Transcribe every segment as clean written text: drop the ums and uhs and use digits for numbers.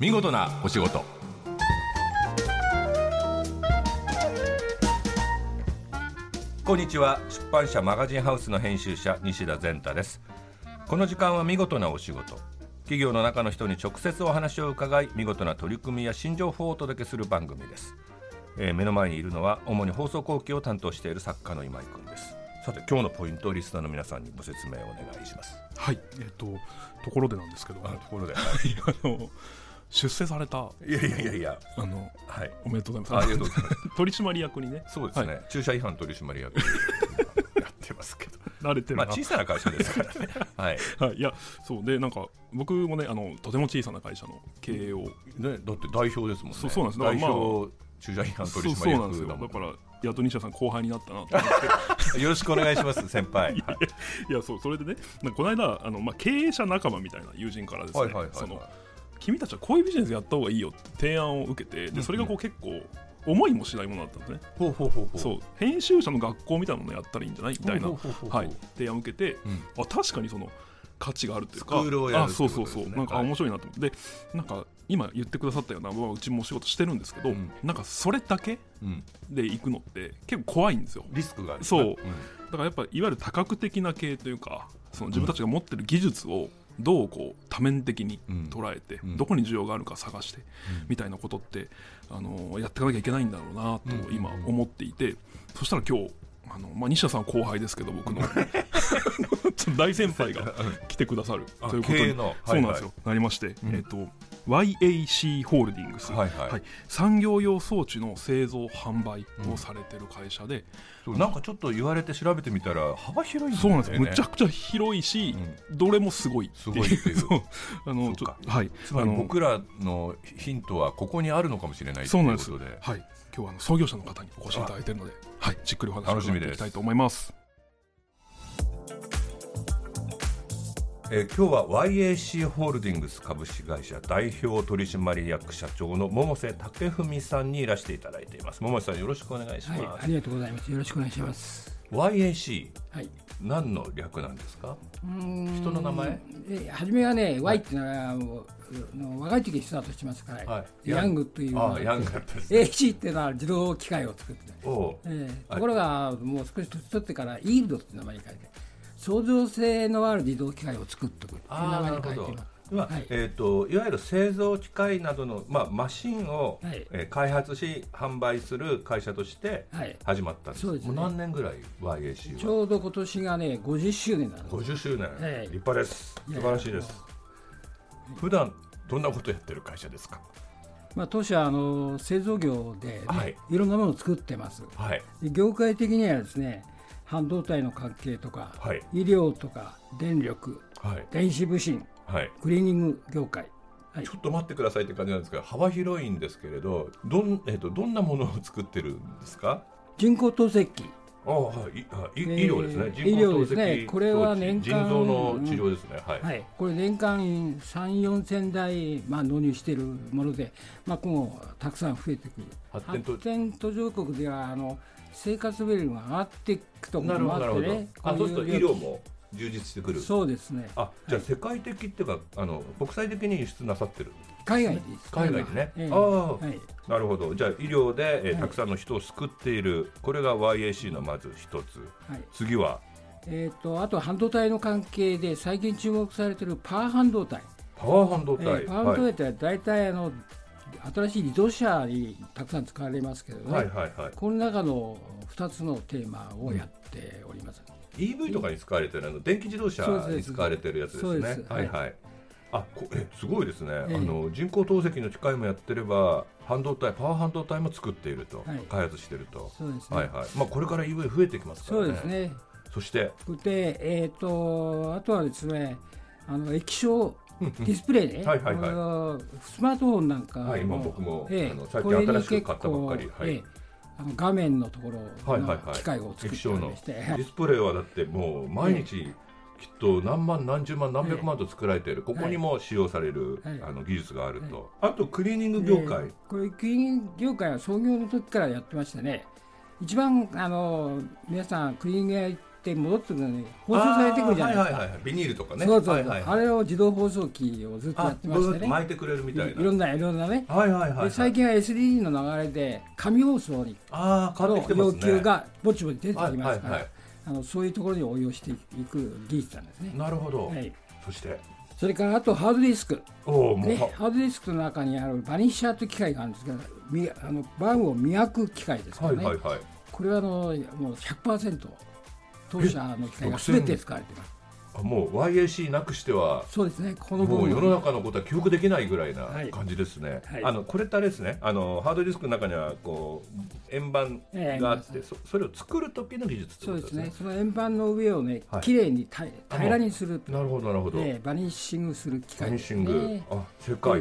見事なお仕事。こんにちは。出版社マガジンハウスの編集者西田善太です。この時間は見事なお仕事、企業の中の人に直接お話を伺い、見事な取り組みや新情報をお届けする番組です。目の前にいるのは主に放送後期を担当している作家の今井くんです。さて、今日のポイントをリスナーの皆さんにご説明をお願いします。 はい、ところでなんですけど、 ところで、 出世された、 いやはい、おめでとうございます。ありがとうございます取締役にね。 そうですね、 はい、 駐車違反取締役やってますけど慣れてるな、 小さな会社ですからねはい、 はい、いや、そうで、なんか僕もね、とても小さな会社の経営を、 ね、だって代表ですもんね。 そうなんです。 代表、駐車違反取締役だもん。 そうなんですよ。だからやっと西田さん後輩になったなと思ってよろしくお願いします先輩。 いや、それでね、この間経営者仲間みたいな友人からですね、君たちはこういうビジネスやった方がいいよって提案を受けて、でそれが結構思いもしないものだったんですね。そう、編集者の学校みたいなものやったらいいんじゃないみたいな提案を受けて、確かにその価値があるというか、 スクールをやるってことですね。 そうなんか面白いなと思って、でなんか今言ってくださったような、うちもお仕事してるんですけど、なんかそれだけで行くのって結構怖いんですよ。 リスクがある。 そう、だからやっぱいわゆる多角的な経営というか、その自分たちが持ってる技術をどうこう多面的に捉えて、どこに需要があるか探して、みたいなことってやっていかなきゃいけないんだろうなと今思っていて、そしたら今日西田さんは後輩ですけど、僕の大先輩が来てくださるということに、そうなんですよ、なりまして、YAC ホールディングス、産業用装置の製造販売をされてる会社で、 なんかちょっと言われて調べてみたら幅広いんですね。 ね。 そうなんですよ、むちゃくちゃ広いし、どれもすごいっていう。 つまり僕らのヒントはここにあるのかもしれないということで、 はい、今日は創業者の方にお越しいただいているので、はい、じっくりお話を伺っていきたいと思います。 今日は YAC ホールディングス株式会社代表取締役社長の百瀬武文さんにいらしていただいています。百瀬さん、よろしくお願いします。 はい、ありがとうございます。よろしくお願いします。 YAC、 はい、 何の略なんですか？人の名前？ 初めはね、Y っていうのは若い時にスタートしますから、ヤングという、 ヤングですね。 AC っていうのは自動機械を作って、ところがもう少し年取ってからイールドっていう名前に変えて、創造性のある自動機械を作ってくるという名前に変えています。 いわゆる製造機械などの、マシンを、開発し販売する会社として始まったんです。もう何年ぐらい YAC は？ ちょうど今年がね50周年なんです。 50周年、立派です。素晴らしいです。普段どんなことやってる会社ですか？ 当社は製造業で、いろんなものを作ってます。業界的にはですね、半導体の関係とか、医療とか電力、電子部品、クリーニング業界、 ちょっと待ってくださいって感じなんですが、幅広いんですけれど、どんなものを作ってるんですか？ 人工透析機。 医療ですね。 人工透析機、これは年間腎臓の治療ですね。 これ年間3、4千台、納入しているもので、今後たくさん増えてくる。発展途上国では生活レベルが上がっていくところもあってね。 そうすると医療も充実してくる。 そうですね。 じゃあ世界的っていうか国際的に輸出なさってる？ 海外です。 海外でね。なるほど。じゃあ医療で、たくさんの人を救っている、これが YAC のまず一つ。次はあと半導体の関係で最近注目されているパワー半導体。 パワー半導体。 パワー半導体は大体新しい自動車にたくさん使われますけどね。この中の2つのテーマをやっております。 EV とかに使われてる電気自動車に使われてるやつですね。すごいですね。人工透析の機械もやってれば、パワー半導体も作っていると、開発していると。 そうですね。 これから EV 増えてきますからね。 そうですね。 そしてあとはですね、液晶ディスプレイね、スマートフォンなんか今僕も最近新しく買ったばっかり、 画面のところの機械を作っておりまして、 ディスプレイはだってもう毎日きっと何万何十万何百万と作られている、ここにも使用される技術があると。あとクリーニング業界、 これクリーニング業界は創業の時からやってましてね、一番皆さんクリーニング屋行っって戻ってくるのに包装されてくるじゃないですか。 ビニールとかね。 そうそうそう、あれを自動包装機をずっとやってましてね、 巻いてくれるみたいな、 いろんなね、で最近は SDD の流れで紙包装にの要求がぼちぼち出てきますから、そういうところに応用していく技術なんですね。 なるほど、それからあとハードディスク、ハードディスクの中にあるバニッシャーという機械があるんですけど、バグを磨く機械ですからね、これはもう 100% 当社の機械が全て使われています。 もう YAC なくしてはそうですね、このもう世の中のことは記憶できないぐらいな感じですね。これってあれですね、ハードディスクの中にはこう円盤があって、それを作る時の技術ってことですね。 そうですね、その円盤の上をね、きれいに平らにする、 なるほどなるほど、 バニッシングする機械ですね。バニッシング、世界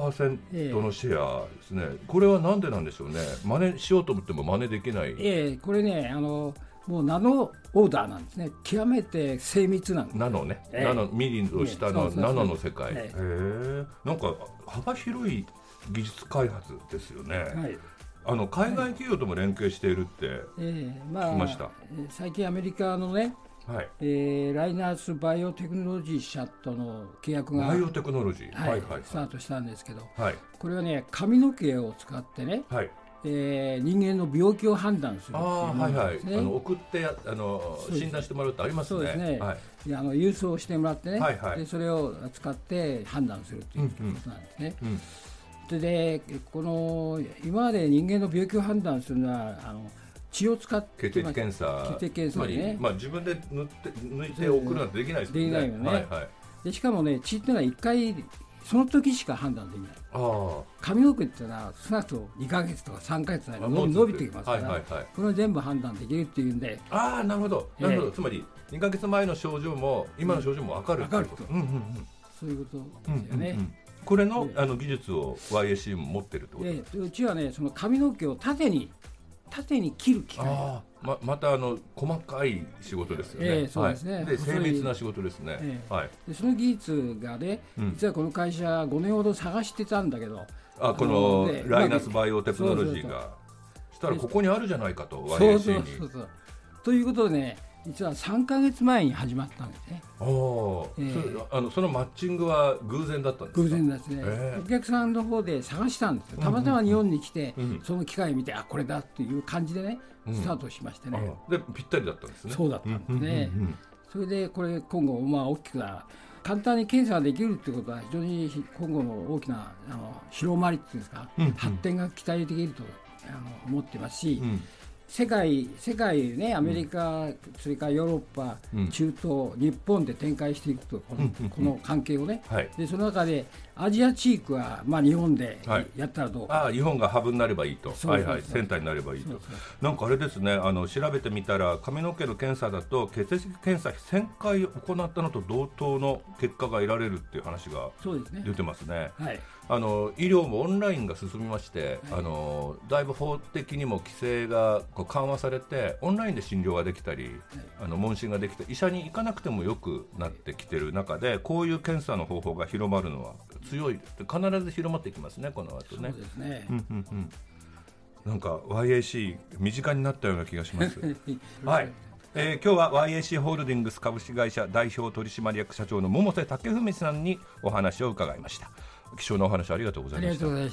100% のシェアですね。これはなんでなんでしょうね。真似しようと思っても真似できない。 これね、もうナノオーダーなんですね。極めて精密なんです。 ナノね、ナノミリの下のナノの世界。なんか幅広い技術開発ですよね。海外企業とも連携しているって聞きました。 最近アメリカのね、ライナースバイオテクノロジー社との契約がバイオテクノロジー、 スタートしたんですけど、これはね、髪の毛を使ってね、人間の病気を判断するっていうものなんですね。 送って診断してもらうってありますね。そうですね、 郵送してもらってね、でそれを使って判断するということなんですね。でこの今まで人間の病気を判断するのは血を使って血液検査でね、自分で抜いて送るなんてできないですもんね。 できないよね。でしかもね、血っていうのは1回その時しか判断できない。髪の毛っていうのは少なくとも2ヶ月とか3ヶ月の間に伸びてきますから、これを全部判断できるっていうんで。 なるほど、つまり2ヶ月前の症状も今の症状も分かるっていうこと。 そういうことですよね。 これの技術を YAC も持ってるってことですか。 うちはね、その髪の毛を縦に切る機械。 また細かい仕事ですよね。 そうですね。 で精密な仕事ですね。 でその技術がね、実はこの会社5年ほど探してたんだけど、 このライナスバイオテクノロジーがしたらここにあるじゃないかと YAC に。 ということでね、実は3ヶ月前に始まったんですね。 そのマッチングは偶然だったんですか。 偶然ですね。お客さんの方で探したんですよ。たまたま日本に来て、その機械を見て、これだっていう感じでね、スタートしましてね。 でぴったりだったんですね。 そうだったんですね。それでこれ今後大きく簡単に検査ができるってことは非常に今後の大きな広まりっていうんですか、発展が期待できると思ってますし、世界ね、アメリカ、それからヨーロッパ、中東、日本で展開していくと、この関係をね、でその中でアジア地域は日本でやったらどうか、 日本がハブになればいいと、センターになればいいと。なんかあれですね、調べてみたら髪の毛の検査だと血液検査1000回行ったのと同等の結果が得られるっていう話が出てますね。医療もオンラインが進みまして、だいぶ法的にも規制が緩和されてオンラインで診療ができたり、問診ができて医者に行かなくてもよくなってきている中で、こういう検査の方法が広まるのは強い、必ず広まっていきますね、この後ね。 そうですね。 なんか YAC 身近になったような気がします。はい。今日は YAC ホールディングス株式会社代表取締役社長の百瀬武文さんにお話を伺いました。貴重なお話ありがとうございました。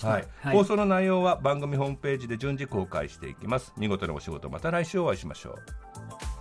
放送の内容は番組ホームページで順次公開していきます。見事なお仕事、また来週お会いしましょう。